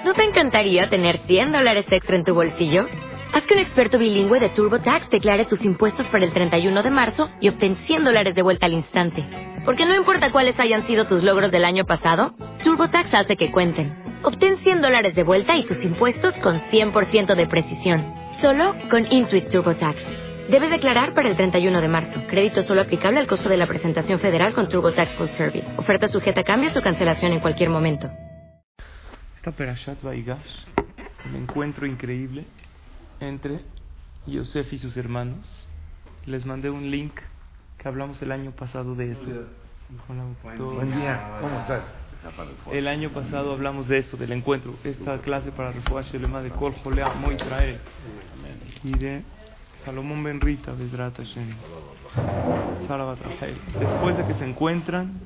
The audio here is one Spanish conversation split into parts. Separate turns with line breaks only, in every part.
¿No te encantaría tener $100 extra en tu bolsillo? Haz que un experto bilingüe de TurboTax declare tus impuestos para el 31 de marzo y obtén $100 de vuelta al instante. Porque no importa cuáles hayan sido tus logros del año pasado, TurboTax hace que cuenten. Obtén $100 de vuelta y tus impuestos con 100% de precisión. Solo con Intuit TurboTax. Debes declarar para el 31 de marzo. Crédito solo aplicable al costo de la presentación federal con TurboTax Full Service. Oferta sujeta a cambios o cancelación en cualquier momento.
Esta Perashat Vaigash, un encuentro increíble entre Yosef y sus hermanos. Les mandé un link que hablamos el año pasado de eso. Hola,
buen día, ¿cómo estás?
El año pasado hablamos de eso, del encuentro. Esta clase para Refuah Shelema de Kol Jolea Mo Israel y de Salomón Ben Rita Bezrat Hashem Sara Bat Rahel. Después de que se encuentran,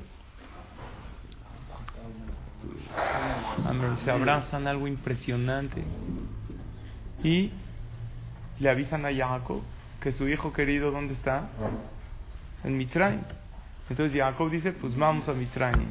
amén, se abrazan, algo impresionante, y le avisan a Jacob que su hijo querido, ¿dónde está? En Mitraim. Entonces Jacob dice, pues vamos a Mitraim.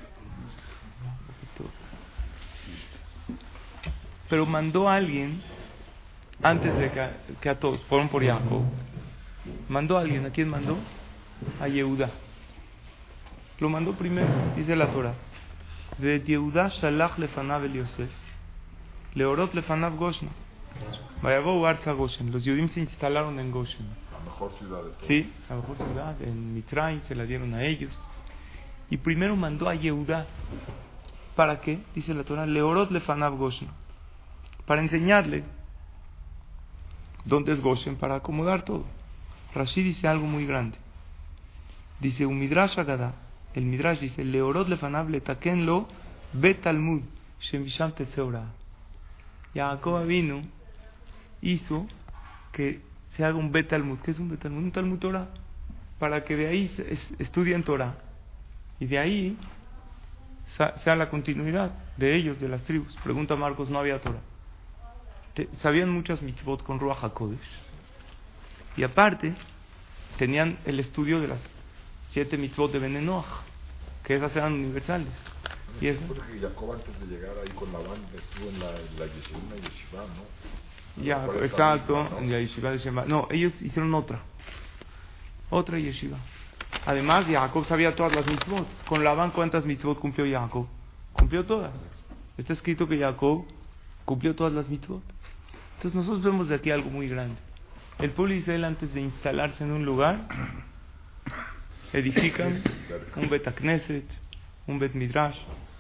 Pero mandó a alguien antes de que a todos fueron por Jacob. Mandó a alguien. ¿A quién mandó? A Yehuda. Lo mandó primero, dice la Torah. De Yehuda shalach lefanav el Yosef, leorot lefanav Goshen. Vayabou arza Goshen. Los Yudim se instalaron en Goshen.
La mejor ciudad de todas.
Sí, la mejor ciudad. En Mitraim se la dieron a ellos. Y primero mandó a Yehuda. ¿Para qué? Dice la Torah, leorot lefanav Goshen. Para enseñarle dónde es Goshen, para acomodar todo. Rashi dice algo muy grande. Dice, un Midrash Agada. El Midrash dice, leorot lefanav letakenlo betalmud shemisham tetzeorah. Jacob vino, hizo que se haga un betalmud. ¿Qué es un betalmud? Un Talmud Torah, para que de ahí estudien Torah y de ahí sea la continuidad de ellos, de las tribus. Pregunta Marcos, no había Torah. Sabían muchas mitzvot con Ruach HaKodesh, y aparte tenían el estudio de las 7 mitzvot de Ben Noach, que esas eran universales. Y eso,
que Jacob, antes de llegar ahí con Labán, estuvo en la yeshiva, ¿no?
Ya, exacto, en la yeshiva de Shema. No, ellos hicieron otra yeshiva. Además, Jacob sabía todas las mitzvot. Con Labán, ¿cuántas mitzvot cumplió Jacob? Cumplió todas. Está escrito que Jacob cumplió todas las mitzvot. Entonces nosotros vemos de aquí algo muy grande. El pueblo de Israel, antes de instalarse en un lugar, edifican un Bet Knesset, un Bet Midrash.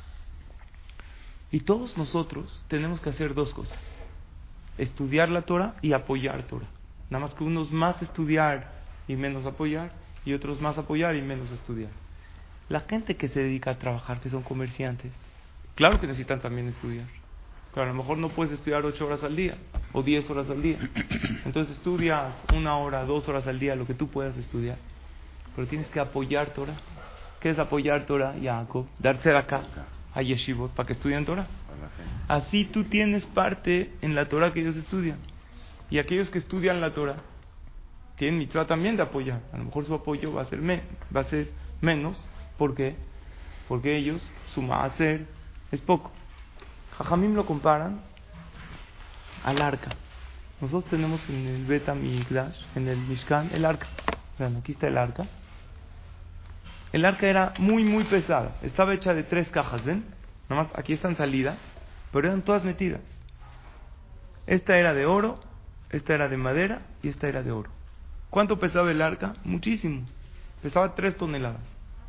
Y todos nosotros tenemos que hacer dos cosas: estudiar la Torah y apoyar Torah. Nada más que unos más estudiar y menos apoyar, y otros más apoyar y menos estudiar. La gente que se dedica a trabajar, que son comerciantes, claro que necesitan también estudiar. Claro, a lo mejor no puedes estudiar 8 horas al día o 10 horas al día. Entonces estudias 1 hora, 2 horas al día, lo que tú puedas estudiar. Pero tienes que apoyar Torah. ¿Qué es apoyar Torah, Jacob? Darse acá a yeshivot para que estudien Torah. Así tú tienes parte en la Torah que ellos estudian. Y aquellos que estudian la Torah tienen mitzvah también de apoyar. A lo mejor su apoyo va a ser menos. ¿Por qué? Porque ellos, su maaser es poco. Jajamim lo comparan al arca. Nosotros tenemos en el Bet HaMikdash, en el Mishkan, el arca. Vean, aquí está el arca. El arca era muy, muy pesada. Estaba hecha de 3 cajas, ¿ven? Nada más, aquí están salidas, pero eran todas metidas. Esta era de oro, esta era de madera y esta era de oro. ¿Cuánto pesaba el arca? Muchísimo. Pesaba 3 toneladas.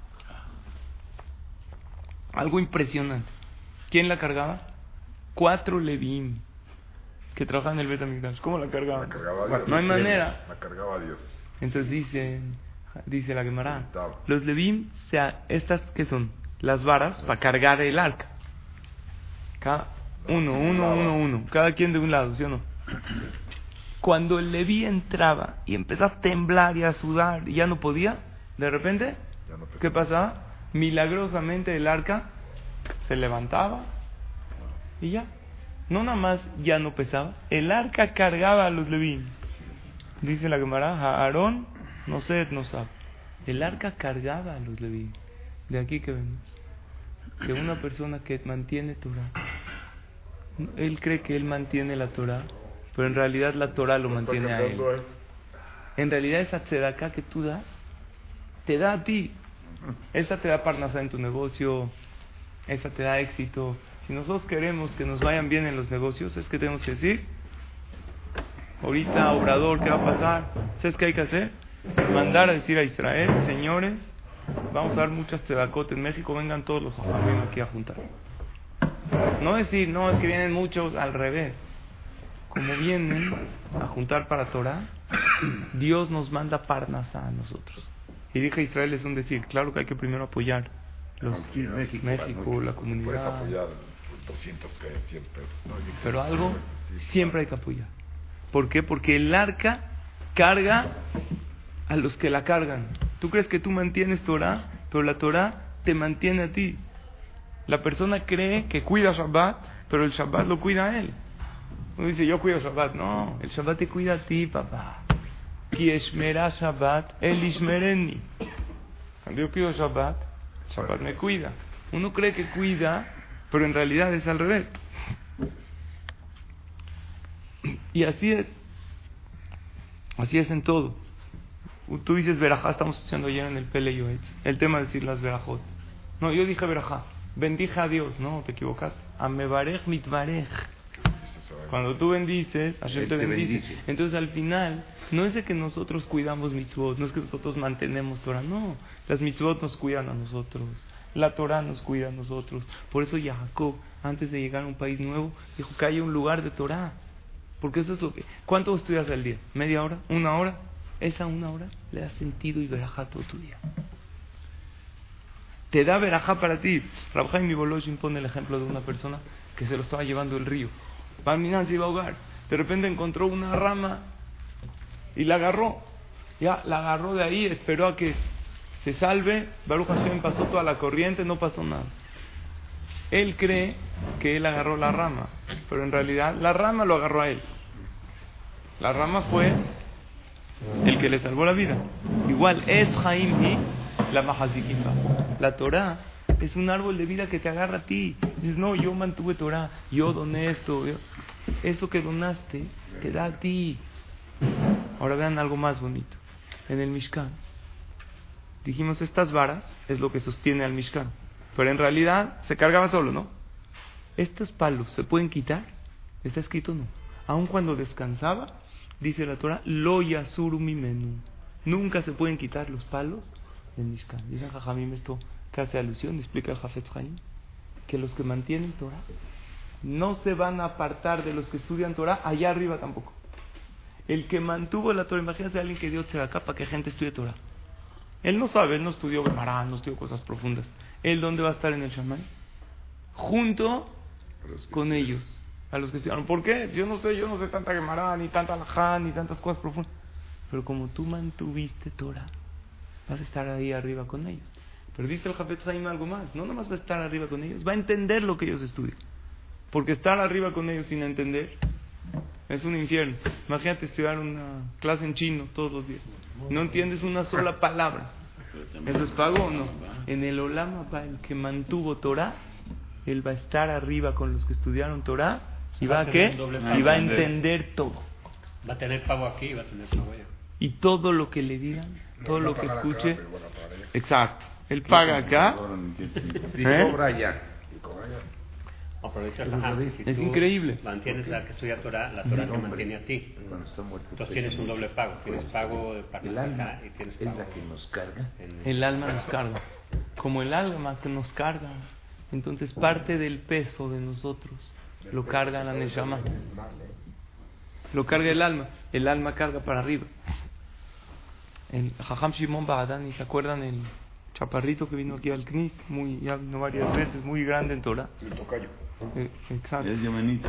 Algo impresionante. ¿Quién la cargaba? 4 Levíim que trabajaban en el Bet HaMikdash. ¿Cómo la cargaban? No hay manera.
La cargaba Dios.
Entonces dice la Gemara, los Levíim, estas que son las varas para cargar el arca. Cada uno, cada quien de un lado, ¿sí o no? Cuando el Leví entraba y empezaba a temblar y a sudar y ya no podía, de repente, ¿qué pasaba? Milagrosamente el arca se levantaba y ya. No nada más ya no pesaba, el arca cargaba a los Leví. Dice la Gemara, Aarón no sabe. El arca cargaba a los Leví. De aquí que vemos que una persona que mantiene Torah Él cree que él mantiene la Torah, pero en realidad la Torah lo mantiene a él. En realidad esa tzedaká que tú das, te da a ti. Esa te da parnasá en tu negocio, esa te da éxito. Si nosotros queremos que nos vayan bien en los negocios, es que tenemos que decir, ahorita Obrador, ¿qué va a pasar? ¿Sabes qué hay que hacer? Mandar a decir a Israel, señores, vamos a dar muchas tzedakot en México, vengan todos los jajamim aquí a juntar. No decir, no, es que vienen muchos, al revés. Como vienen a juntar para Torah, Dios nos manda parnasá a nosotros. Y dije Israel es un decir, claro que hay que primero apoyar México, la comunidad.
Puedes apoyar 200 pesos, 100 pesos. ¿No?
Pero algo siempre hay que apoyar. ¿Por qué? Porque el arca carga a los que la cargan. Tú crees que tú mantienes Torah, pero la Torah te mantiene a ti. La persona cree que cuida Shabbat, pero el Shabbat lo cuida a él. Uno dice, yo cuido Shabbat. No, el Shabbat te cuida a ti, papá. Ki eshmera Shabbat, el ishmereni. Cuando yo cuido Shabbat, Shabbat me cuida. Uno cree que cuida, pero en realidad es al revés. Y así es. Así es en todo. Tú dices verajá, estamos haciendo ayer en el Pele Yoetz, el tema de decir las verajot. No, yo dije verajá, bendije a Dios. No, te equivocaste. Amebarej mitbarej. Cuando tú bendices, Hashem te bendice. Entonces al final, no es de que nosotros cuidamos mitzvot, no es que nosotros mantenemos Torah, no. Las mitzvot nos cuidan a nosotros, la Torah nos cuida a nosotros. Por eso Jacob, antes de llegar a un país nuevo, dijo que haya un lugar de Torah. Porque eso es lo que... ¿Cuánto estudias al día? ¿Media hora? ¿Una hora? Esa una hora le da sentido y verajá todo tu día. Te da verajá para ti. Rav Chaim Mivoloshin pone el ejemplo de una persona que se lo estaba llevando el río. Barminan se iba a ahogar. De repente encontró una rama y la agarró. Ya, la agarró de ahí, esperó a que se salve. Baruch Hashem, pasó toda la corriente, no pasó nada. Él cree que él agarró la rama, pero en realidad la rama lo agarró a él. La rama fue el que le salvó la vida. Igual, es Jaim y la Mahazikim. La Torah es un árbol de vida que te agarra a ti. Dices, no, yo mantuve Torah, yo doné esto. Eso que donaste te da a ti. Ahora vean algo más bonito. En el Mishkan dijimos, estas varas es lo que sostiene al Mishkan, pero en realidad se cargaba solo, ¿no? Estos palos se pueden quitar. Está escrito no. Aun cuando descansaba, dice la Torah, lo yasuru mimenu. Nunca se pueden quitar los palos del Mishkan. Dice Jajamim esto que hace alusión, explica el Hafetz Haim, que los que mantienen Torah no se van a apartar de los que estudian Torah allá arriba tampoco. El que mantuvo la Torah, imagínate a alguien que dio tzedakah para que gente estudie Torah. Él no sabe, él no estudió Gemara, no estudió cosas profundas. ¿Él dónde va a estar en el Shammai? Junto con ellos, a los que estudiaron. ¿Por qué? Yo no sé tanta Gemara, ni tanta Alajá, ni tantas cosas profundas. Pero como tú mantuviste Torah, vas a estar ahí arriba con ellos. Pero dice el Hafetz Haim algo más. No nomás va a estar arriba con ellos, va a entender lo que ellos estudian. Porque estar arriba con ellos sin entender es un infierno. Imagínate estudiar una clase en chino todos los días. No entiendes una sola palabra. ¿Eso es pago o no? En el Olam Haba, el que mantuvo Torah, él va a estar arriba con los que estudiaron Torah y va a ¿qué? Y va a entender todo.
Va a tener pago aquí y va a tener pago allá.
Y todo lo que le digan, todo lo que escuche, exacto. Él paga acá
y cobra allá.
No, pero dice,
es increíble.
Mantienes la que estudia Torah, la Torah te mantiene a ti. Entonces tienes un doble pago. Tienes pago de parte acá y tienes pago.
Es la que nos carga.
El alma nos carga. Como el alma que nos carga, entonces parte del peso de nosotros lo carga la Neshama. Lo carga el alma carga para arriba. El Jajam Shimon Ba'adani, ¿se acuerdan el chaparrito que vino aquí al Knis? Ya vino varias veces, muy grande en Torah.
El tocayo.
Exacto.
Es yemenita.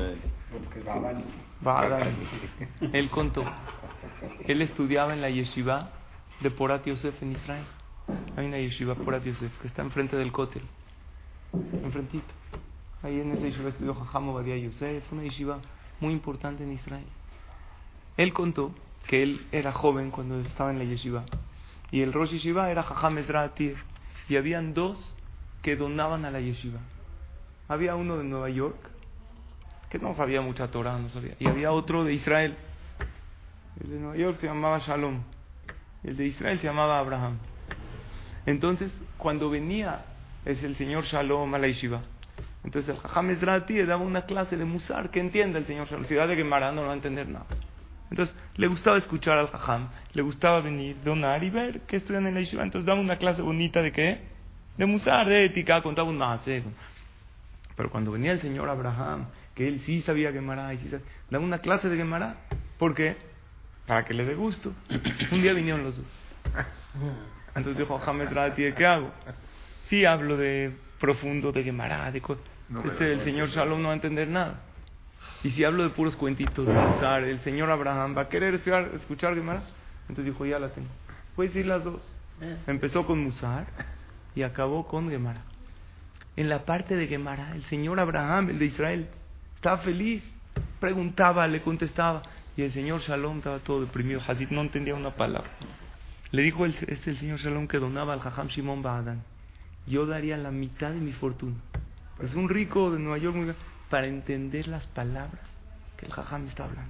Ba'adani. Él contó. Él estudiaba en la yeshiva de Porat Yosef en Israel. Hay una yeshiva Porat Yosef que está enfrente del Kotel. Enfrentito. Ahí en esa yeshiva estudió Jajam Ovadia Yosef, una yeshiva muy importante en Israel. Él contó que él era joven cuando estaba en la yeshiva y el Rosh Yeshiva era Jajam Ezra Atir, y habían dos que donaban a la yeshiva. Había uno de Nueva York que no sabía mucha Torah, no sabía. Y había otro de Israel. El de Nueva York se llamaba Shalom. El de Israel se llamaba Abraham. Entonces, cuando venía el señor Shalom a la yeshiva, entonces el Jajam Ezrati le daba una clase de Musar, que entienda el señor Shalom. Si da de Gemara no va a entender nada. Entonces, le gustaba escuchar al Jajam, le gustaba venir, donar y ver que estudian en la yeshiva. Entonces, daba una clase bonita de ¿qué? De Musar, de ética, contaba un maase. Pero cuando venía el señor Abraham, que él sí sabía Gemara, y sí sabía, daba una clase de Gemara. ¿Por qué? Para que le dé gusto. Un día vinieron los dos. Entonces dijo James Rati, ¿qué hago? Sí hablo de profundo, de Gemara, de cosas. El señor Shalom no va a entender nada. Y si hablo de puros cuentitos, de usar, el señor Abraham va a querer escuchar Gemara. Entonces dijo, ya la tengo. Puedes decir las dos. Empezó con Musar y acabó con Gemara. En la parte de Gemara, el señor Abraham, el de Israel, estaba feliz. Preguntaba, le contestaba. Y el señor Shalom estaba todo deprimido. Hazid no entendía una palabra. Le dijo el señor Shalom que donaba al Jajam Shimon Ba'adan. Yo daría la mitad de mi fortuna. Es un rico de Nueva York muy grande, para entender las palabras que el Jajam está hablando.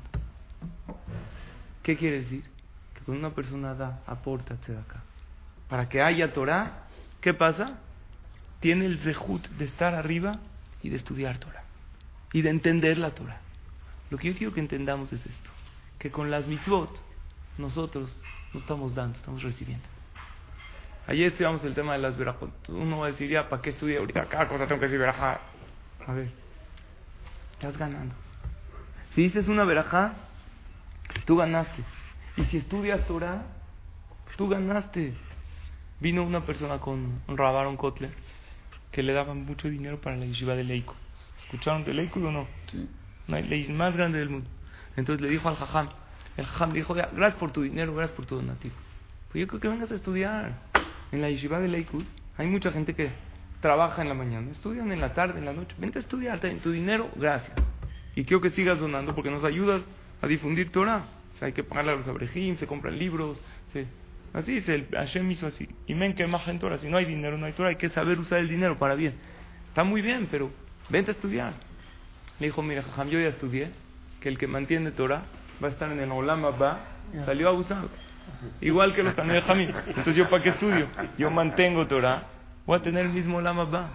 ¿Qué quiere decir? Que cuando una persona da, aporta tzedakah, para que haya Torah, ¿qué pasa? Tiene el zehut de estar arriba y de estudiar Torah y de entender la Torah. Lo que yo quiero que entendamos es esto, que con las mitzvot nosotros no estamos dando, estamos recibiendo. Ayer estudiamos el tema de las verajot. Uno va a decir, ya, ¿para qué estudiar ahorita? Cada cosa tengo que decir verajá. A ver, estás ganando. Si dices una verajá, tú ganaste. Y si estudias Torah, tú ganaste. Vino una persona con Rabaron Kotler, que le daban mucho dinero para la yeshiva de Leikud. ¿Escucharon de Leikud o no? Sí. La yeshiva más grande del mundo. Entonces le dijo al Jajam, el Jajam le dijo, gracias por tu dinero, gracias por tu donativo. Pues yo creo que vengas a estudiar. En la yeshiva de Leikud hay mucha gente que trabaja en la mañana, estudian en la tarde, en la noche. Vente a estudiar, ten tu dinero, gracias. Y quiero que sigas donando porque nos ayudas a difundir Torah. O sea, hay que pagarle a los abrejim, se compran libros. Así es, el Hashem hizo así. Y men que más en Torah, si no hay dinero, no hay Torah, hay que saber usar el dinero para bien. Está muy bien, pero vente a estudiar. Le dijo, mira, Jajam, yo ya estudié, que el que mantiene Torah va a estar en el Olam Abba. Salió abusado. Igual que los Tanei Jamim. Entonces, ¿yo para qué estudio? Yo mantengo Torah, voy a tener el mismo Olam Abba.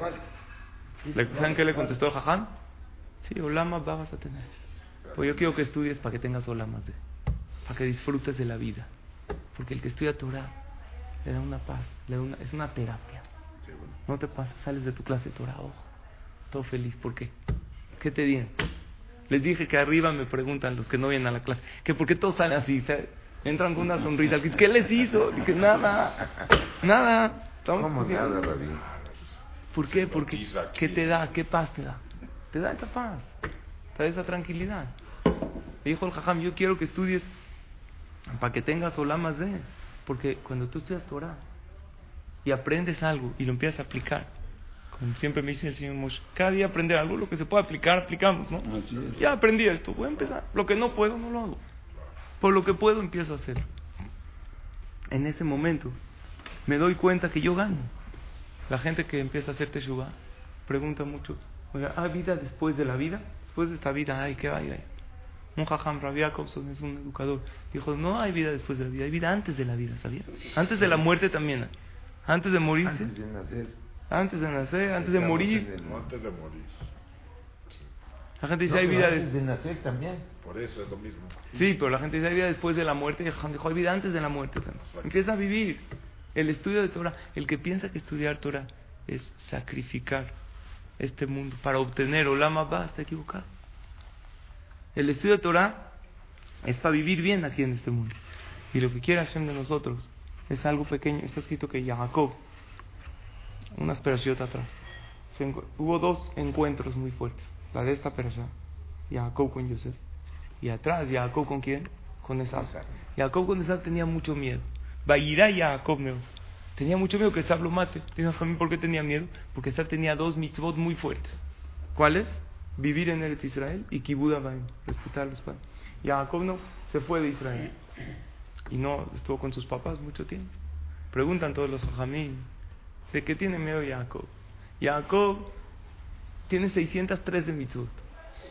¿Saben qué le contestó el Jajam? Sí, Olam Abba vas a tener. Pues yo quiero que estudies para que tengas Olam Abba, para que disfrutes de la vida. Porque el que estudia Torah le da una paz, es una terapia. No te pasa, sales de tu clase de Torah, ojo, todo feliz. ¿Por qué? ¿Qué te dieron? Les dije que arriba me preguntan los que no vienen a la clase, que por qué todos salen así, entran con una sonrisa. ¿Qué les hizo? Dije, nada.
¿Cómo nada, Rabí?
¿Por qué? Porque ¿qué te da? ¿Qué paz te da? Te da esa paz, te da esa tranquilidad. Le dijo el Jajam, yo quiero que estudies para que tengas olamas de. Porque cuando tú estudias Torah y aprendes algo y lo empiezas a aplicar, como siempre me dice el señor Moshe, cada día aprender algo, lo que se puede aplicar, aplicamos, ¿no? Ya aprendí esto, voy a empezar. Lo que no puedo, no lo hago. Por lo que puedo, empiezo a hacer. En ese momento me doy cuenta que yo gano. La gente que empieza a hacer teshuvah pregunta mucho, oiga, ¿hay vida después de la vida? Después de esta vida, ¿qué hay? Un Jajam, Rabbi Jacobson, es un educador, dijo, no hay vida después de la vida, hay vida antes de la vida, ¿sabías? Antes de la muerte también hay. Antes de morirse.
Antes de nacer.
Antes de nacer, antes de morir.
Antes de morir.
La gente dice, hay vida
antes de nacer también.
Por eso es lo mismo.
Sí, pero la gente dice, hay vida después de la muerte. Y el Jajam dijo, hay vida antes de la muerte también. Empieza a vivir el estudio de Torah. El que piensa que estudiar Torah es sacrificar este mundo para obtener Olam Abba está equivocado. El estudio de Torah es para vivir bien aquí en este mundo. Y lo que quiere Hashem de nosotros es algo pequeño. Está escrito que Jacob, unas perashot atrás, hubo dos encuentros muy fuertes. La de esta perashá, Jacob con Yosef, y atrás Jacob con ¿quién? Con Esaú. Jacob con Esaú tenía mucho miedo. Vayirá Jacob tenía mucho miedo que Esaú lo mate. Dice Jamín, ¿por qué tenía miedo? Porque Esaú tenía dos mitzvot muy fuertes. ¿Cuáles? Vivir en Eretz Israel y Kibud Abayim, respetar a los padres. Jacob no se fue de Israel y no estuvo con sus papás mucho tiempo. Preguntan todos los Jamín, ¿de qué tiene miedo Jacob? Jacob tiene 603 de mitzvot.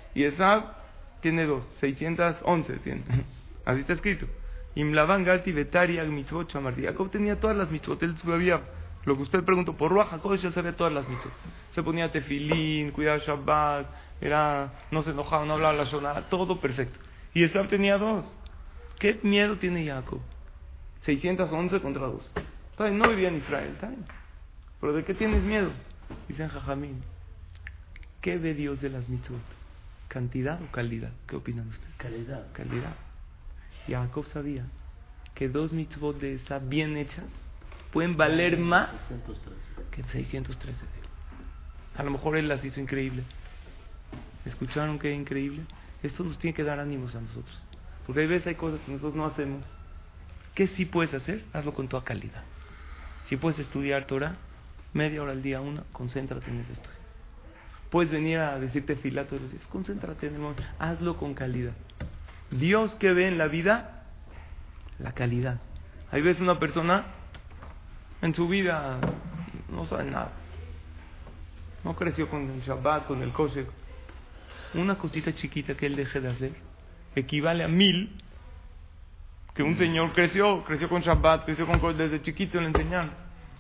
Y Esab tiene 2, 611 tiene. Así está escrito. Imlavan Galti Betari Mitzvot Shamarti. Jacob tenía todas las mitzvot. Él sabía lo que usted preguntó por Ruach HaKodesh, él sabía todas las mitzvot. Se ponía tefilín, cuidaba Shabbat, no se enojaba, no hablaba la shonara, todo perfecto. Y Esab tenía 2. ¿Qué miedo tiene Jacob? 611 contra 2. Está bien, no vivía en Israel, está bien. ¿Pero de qué tienes miedo? Dicen Jajamín. ¿Qué ve Dios de las mitzvot? ¿Cantidad o calidad? ¿Qué opinan ustedes? Calidad. Y Jacob sabía que 2 mitzvot de Esab bien hechas pueden valer más que 613 de él. A lo mejor él las hizo increíble. ¿Escucharon qué increíble? Esto nos tiene que dar ánimos a nosotros. Porque hay veces hay cosas que nosotros no hacemos. ¿Qué sí puedes hacer? Hazlo con toda calidad. Si puedes estudiar Torah, media hora al día, concéntrate en ese estudio. Puedes venir a decirte filá todos los días, concéntrate en el momento, hazlo con calidad. Dios, ¿qué ve en la vida? La calidad. Hay veces una persona en su vida no sabe nada, no creció con el Shabbat, con el kosher. Una cosita chiquita que él deje de hacer equivale a 1000 que un señor creció con Shabbat, creció con kosher, desde chiquito le enseñaron.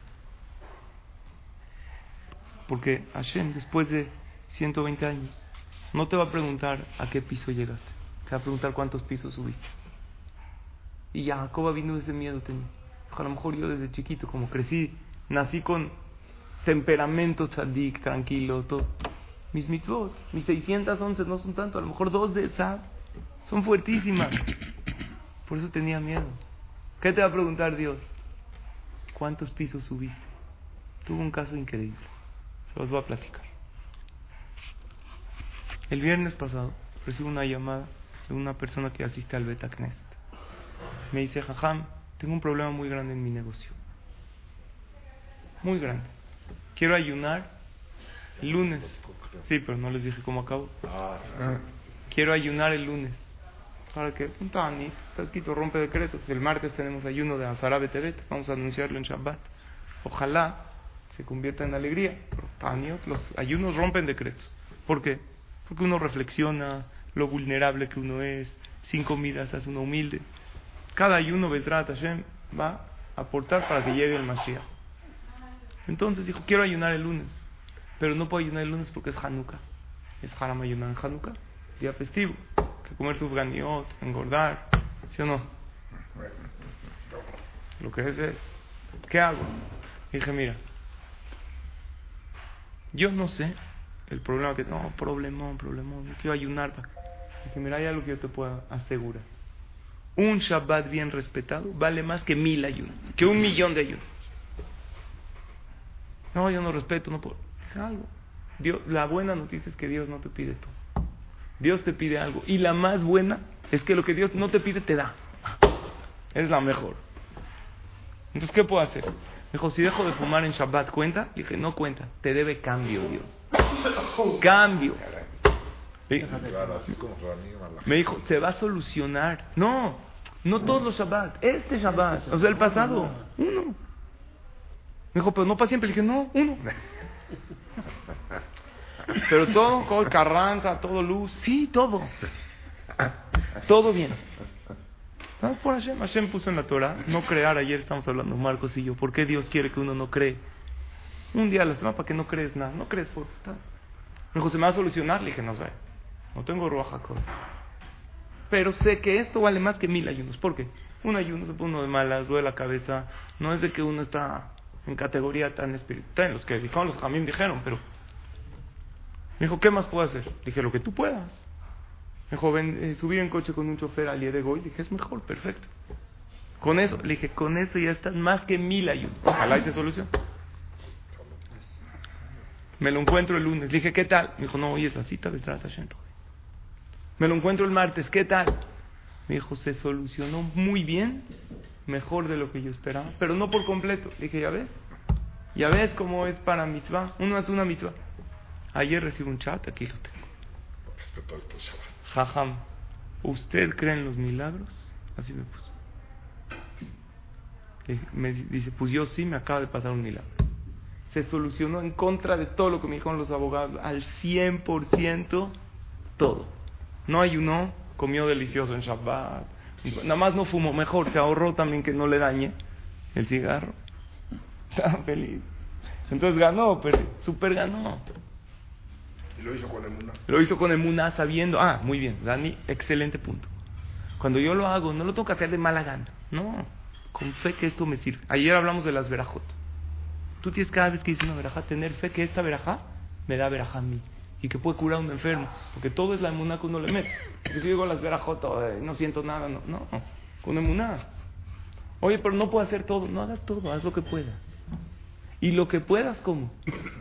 Porque Hashem, después de 120 años, no te va a preguntar a qué piso llegaste, te va a preguntar cuántos pisos subiste. Y Jacob vino ese miedo tenía. A lo mejor yo desde chiquito, como crecí, nací con temperamento tzadik, tranquilo, todo. Mis mitzvot, mis 611 no son tanto, a lo mejor 2 de Esab son fuertísimas. Por eso tenía miedo. ¿Qué te va a preguntar Dios? ¿Cuántos pisos subiste? Tuvo un caso increíble, se los voy a platicar. El viernes pasado recibo una llamada de una persona que asiste al Bet Knesset. Me dice, Jajam, tengo un problema muy grande en mi negocio. Muy grande. Quiero ayunar el lunes. Sí, pero no les dije cómo acabo. Quiero ayunar el lunes. ¿Para qué? Está escrito, rompe decretos. El martes tenemos ayuno de Azara Betebet. Vamos a anunciarlo en Shabbat. Ojalá se convierta en alegría. Pero los ayunos rompen decretos. ¿Por qué? Porque uno reflexiona lo vulnerable que uno es. Sin comidas hace uno humilde. Cada ayuno, Bezrat Hashem, va a aportar para que llegue el Mashiach. Entonces dijo, quiero ayunar el lunes. Pero no puedo ayunar el lunes porque es Hanukkah. Es haram ayunar en Hanukkah, día festivo. Que comer sufganiot, engordar, ¿sí o no? Lo que es. ¿Qué hago? Dije, mira, yo no sé el problema que tengo. Problemón, no quiero ayunar. Dije, mira, hay algo que yo te puedo asegurar. Un Shabbat bien respetado vale más que 1000 ayunos, que 1,000,000 de ayunos. No, yo no respeto, no puedo. Dije algo. Dios, la buena noticia es que Dios no te pide todo. Dios te pide algo. Y la más buena es que lo que Dios no te pide te da. Es la mejor. Entonces, ¿qué puedo hacer? Me dijo, si dejo de fumar en Shabbat, ¿cuenta? Le dije, no cuenta. Te debe cambio, Dios. Cambio. Me dijo, se va a solucionar. No todos los Shabbat. Este Shabbat, o sea, el pasado. 1. Me dijo, pero no para siempre. Le dije, no, 1. Pero todo, Carranza, todo luz. Sí, todo. Todo bien. Vamos por Hashem. Hashem puso en la Torah no crear. Ayer estamos hablando, Marcos y yo. ¿Por qué Dios quiere que uno no cree? Un día a la semana para que no crees nada. No crees por... Me dijo, ¿se me va a solucionar? Le dije, no sé. No tengo Ruach HaKodesh. Pero sé que esto vale más que 1000 ayunos. ¿Por qué? Un ayuno se pone uno de malas, duele la cabeza. No es de que uno está en categoría tan espiritual. Los que dijeron, los Jamim dijeron, pero... Me dijo, ¿qué más puedo hacer? Dije, lo que tú puedas. Me dijo, subir en coche con un chofer al día de hoy. Dije, es mejor, perfecto. Con eso, le dije, con eso ya están más que 1000 ayunos. Ojalá y se solucione. Me lo encuentro el lunes. Le dije, ¿qué tal? Me dijo, no, oye, esa cita Bezrat Hashem. Me lo encuentro el martes. ¿Qué tal? Me dijo, se solucionó muy bien, mejor de lo que yo esperaba, pero no por completo. Le dije, ya ves cómo es para mitzvah. Uno hace una mitzvah. Ayer recibo un chat, aquí lo tengo. Jajam, ¿usted cree en los milagros? Así me puso. Me dice, pues yo sí, me acaba de pasar un milagro. Se solucionó en contra de todo lo que me dijeron los abogados, al 100%, todo. No ayunó, comió delicioso en Shabbat. Nada más no fumó, mejor, se ahorró también que no le dañe el cigarro. Estaba feliz. Entonces ganó, pero super ganó.
Y lo hizo con emuná.
Lo hizo con emuná sabiendo. Muy bien, Dani, excelente punto. Cuando yo lo hago, no lo tengo que hacer de mala gana. No, con fe que esto me sirve. Ayer hablamos de las verajot. Tú tienes cada vez que dices una verajá, tener fe que esta verajá me da verajá a mí. Y que puede curar a un enfermo. Porque todo es la emuná que uno le mete. Porque si yo digo las verajot, no siento nada. No, con emuná. Oye, pero no puedo hacer todo. No hagas todo, haz lo que puedas. Y lo que puedas, ¿cómo?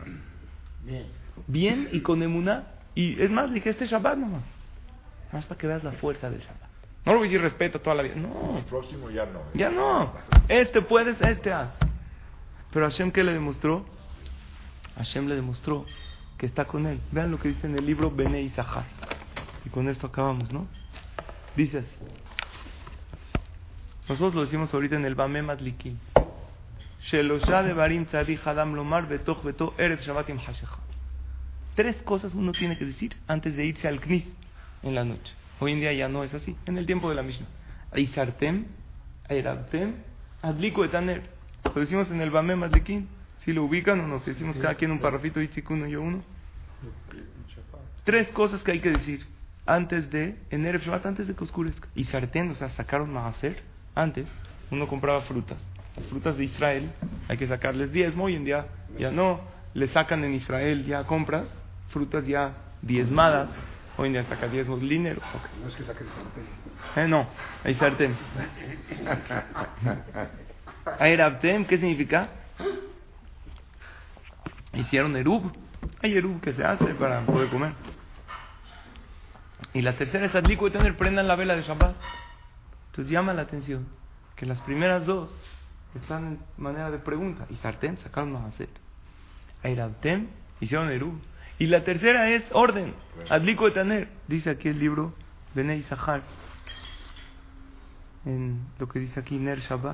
Bien y con emuná. Y es más, dije, este Shabbat nomás. Más para que veas la fuerza del Shabbat. No lo voy a decir respeto toda la vida. No.
El próximo ya no.
Ya no. Este puedes, este haz. Pero Hashem, ¿qué le demostró? Hashem le demostró que está con él. Vean lo que dice en el libro Bnei Isachar. Y con esto acabamos, ¿no? Dice así. Nosotros lo decimos ahorita en el Bameh Madlikin. Shelosha de Barim Tzadik Hadam Lomar Betoch Beto Erev Shabbat Im Hashecha. 3 cosas uno tiene que decir antes de irse al Knis en la noche. Hoy en día ya no es así. En el tiempo de la Mishnah. Aizartem, Airabtem, Adliko etaner. Lo decimos en el Bameh Madlikin. Si lo ubican o nos decimos cada quien un parrafito, Itzik uno y yo uno. 3 cosas que hay que decir antes de, en Erev Shabbat, antes de que oscurezca. Y sartén, o sea, sacaron maaser. Antes, uno compraba frutas. Las frutas de Israel, hay que sacarles diezmo. Hoy en día ya no. Le sacan en Israel ya compras, frutas ya diezmadas. Hoy en día saca diezmos dinero. Okay.
No es que saques sartén.
No, hay sartén. Airabtem, ¿qué significa? Hicieron erub. Hay erub que se hace para poder comer. Y la tercera es adlico de tener, prendan la vela de Shabbat. Entonces llama la atención que las primeras 2 están en manera de pregunta. Y sartén, sacaron más a hacer. Airabtem, hicieron erub. Y la tercera es orden. Adlico de tener. Dice aquí el libro Bnei Isachar. En lo que dice aquí Ner Shabbat.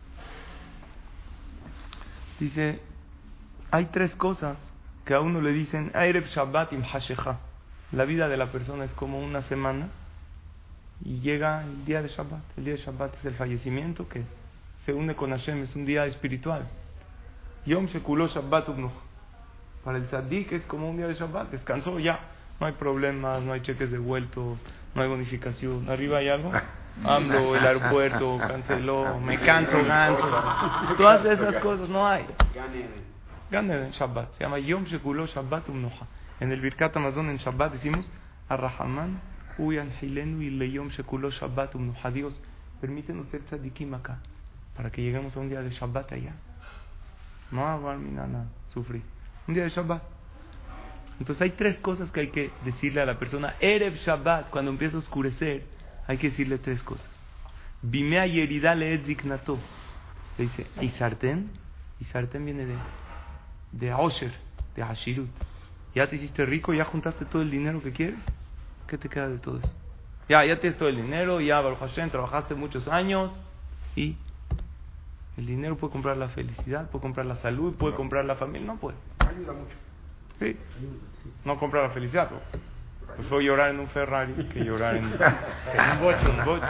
Dice, hay 3 cosas que a uno le dicen Erev Shabbat Im Hashecha. La vida de la persona es como una semana y llega el día de Shabbat. El día de Shabbat es el fallecimiento que se une con Hashem, es un día espiritual. Yom Shekulo Shabbat Ubnuch. Para el Tzadik es como un día de Shabbat, descansó ya. No hay problemas, no hay cheques devueltos, no hay bonificación. ¿Arriba hay algo? AMLO, el aeropuerto, canceló, me canso, ganso. Todas esas cosas no hay. Gane en Shabbat. Se llama Yom Shekulo Shabbat Ubnucha. En el Birkat Hamazon en Shabbat decimos Ar-Rahaman Uyan Hilenu y Leyom Shekulo Shabbat Ubnucha. Dios, permítenos ser tzadikim acá para que lleguemos a un día de Shabbat allá. No hago mi nana sufrir. Un día de Shabbat. Entonces hay 3 cosas que hay que decirle a la persona. Erev Shabbat, cuando empieza a oscurecer, hay que decirle 3 cosas. Bimea yerida leet ziknato. Le dice, ¿y sartén? Y sartén viene de Osher, de Hashirut. ¿Ya te hiciste rico? ¿Ya juntaste todo el dinero que quieres? ¿Qué te queda de todo eso? Ya tienes todo el dinero, ya Baruch Hashem, trabajaste muchos años y el dinero puede comprar la felicidad, puede comprar la salud, puede comprar la familia. No puede.
Ayuda mucho.
Sí. No compra la felicidad. Prefiero llorar en un Ferrari que llorar en un bocho.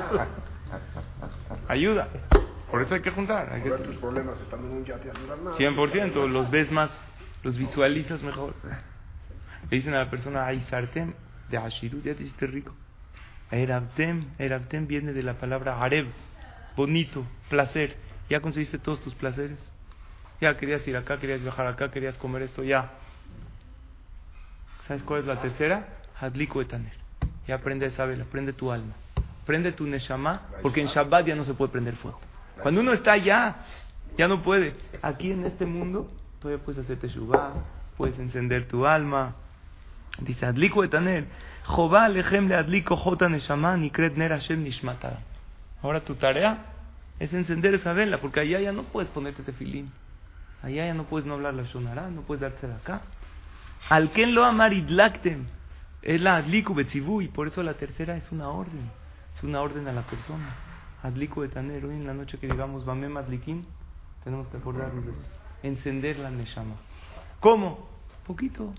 Ayuda. Por eso hay que juntar. Hay que...
tus problemas estando en un yate ayudan nada.
100%. Los ves más, los visualizas mejor. Le dicen a la persona, ay, sartem de Ashirut, ya te hiciste rico. Erabtem viene de la palabra Areb, bonito, placer. Ya conseguiste todos tus placeres. Ya querías ir acá, querías viajar acá, querías comer esto, ya. ¿Sabes cuál es la tercera? Hadliko etaner. Ya prende esa vela, prende tu alma, prende tu neshama, porque en Shabbat ya no se puede prender fuego. Cuando uno está allá, ya no puede. Aquí en este mundo, todavía puedes hacer teshuvah, puedes encender tu alma. Dice, Adliko etaner. Jobá lechem le adliko jota neshama nikret ner Hashem nishmata. Ahora tu tarea es encender esa vela, porque allá ya no puedes ponerte tefilín. Allá ya no puedes no hablar la shonará, no puedes darte de acá. Al ken lo amar idlaktem. Es la adliku betzivu, y por eso la tercera es una orden. Es una orden a la persona. Adliku etaner. Hoy en la noche que digamos Bameh Madlikin, tenemos que acordarnos de eso. Encender la neshama. ¿Cómo? Poquito.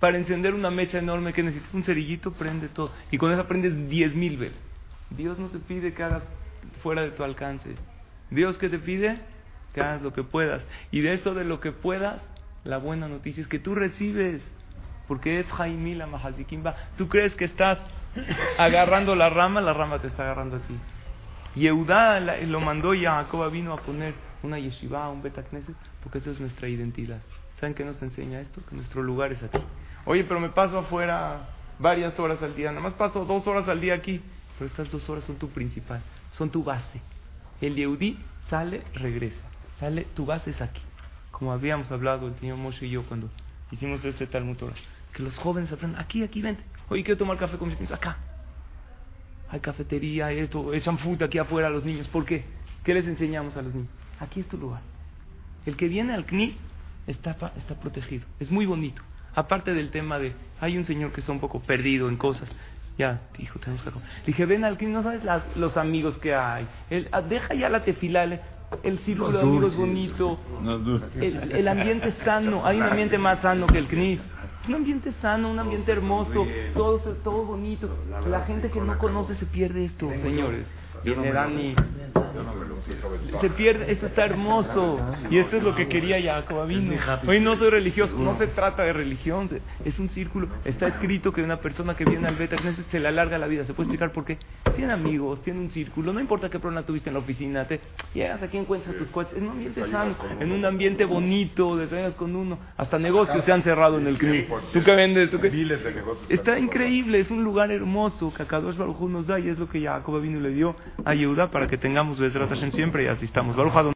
Para encender una mecha enorme que necesitas un cerillito, prende todo. Y con eso prendes 10,000 velas. Dios no te pide que hagas fuera de tu alcance. Dios que te pide que hagas lo que puedas. Y de eso de lo que puedas, la buena noticia es que tú recibes. Porque es Jaimila Mahazikimba. Tú crees que estás agarrando la rama te está agarrando a ti. Yehudá lo mandó, y Jacob vino a poner una yeshiva, un Bet Knesset, porque eso es nuestra identidad. ¿Saben qué nos enseña esto? Que nuestro lugar es aquí. Oye, pero me paso afuera varias horas al día, nada más paso 2 horas al día aquí. Pero estas 2 horas son tu principal, son tu base. El Yehudí sale, regresa. Sale, tu base es aquí. Como habíamos hablado el señor Moshe y yo cuando hicimos este Talmud Torah. Que los jóvenes aprendan, aquí, vente. Oye, quiero tomar café con mis niños, acá. Hay cafetería, esto, echan fruta aquí afuera a los niños. ¿Por qué? ¿Qué les enseñamos a los niños? Aquí es tu lugar. El que viene al CNI está protegido. Es muy bonito. Aparte del tema de, hay un señor que está un poco perdido en cosas. Ya, hijo, tenemos que comer. Le dije, ven al CNI, no sabes los amigos que hay. Deja ya la tefilá, el círculo de amigos bonito. El ambiente sano. Hay un ambiente más sano que el CNI. Un ambiente sano, un ambiente hermoso, todo bonito. La gente que no conoce se pierde esto, señores. Viene Dani, se pierde, esto está hermoso. Y esto es lo que quería Jacob Avinu. Hoy no soy religioso, no se trata de religión, es un círculo. Está escrito que una persona que viene al Bet Knesset se le alarga la vida. ¿Se puede explicar por qué? Tiene amigos, tiene un círculo, no importa qué problema tuviste en la oficina, llegas aquí, encuentras tus cuates, en un ambiente sano, en un ambiente bonito, desayunas con uno, hasta negocios se han cerrado en el CNI. ¿Tú qué vendes? ¿Tú qué? Está increíble, es un lugar hermoso que Akadosh Baruj Hu nos da, y es lo que Jacob Avinu le dio a Yehuda para que tengamos Bezrat Hashem siempre y asistamos. Baruch Adonai.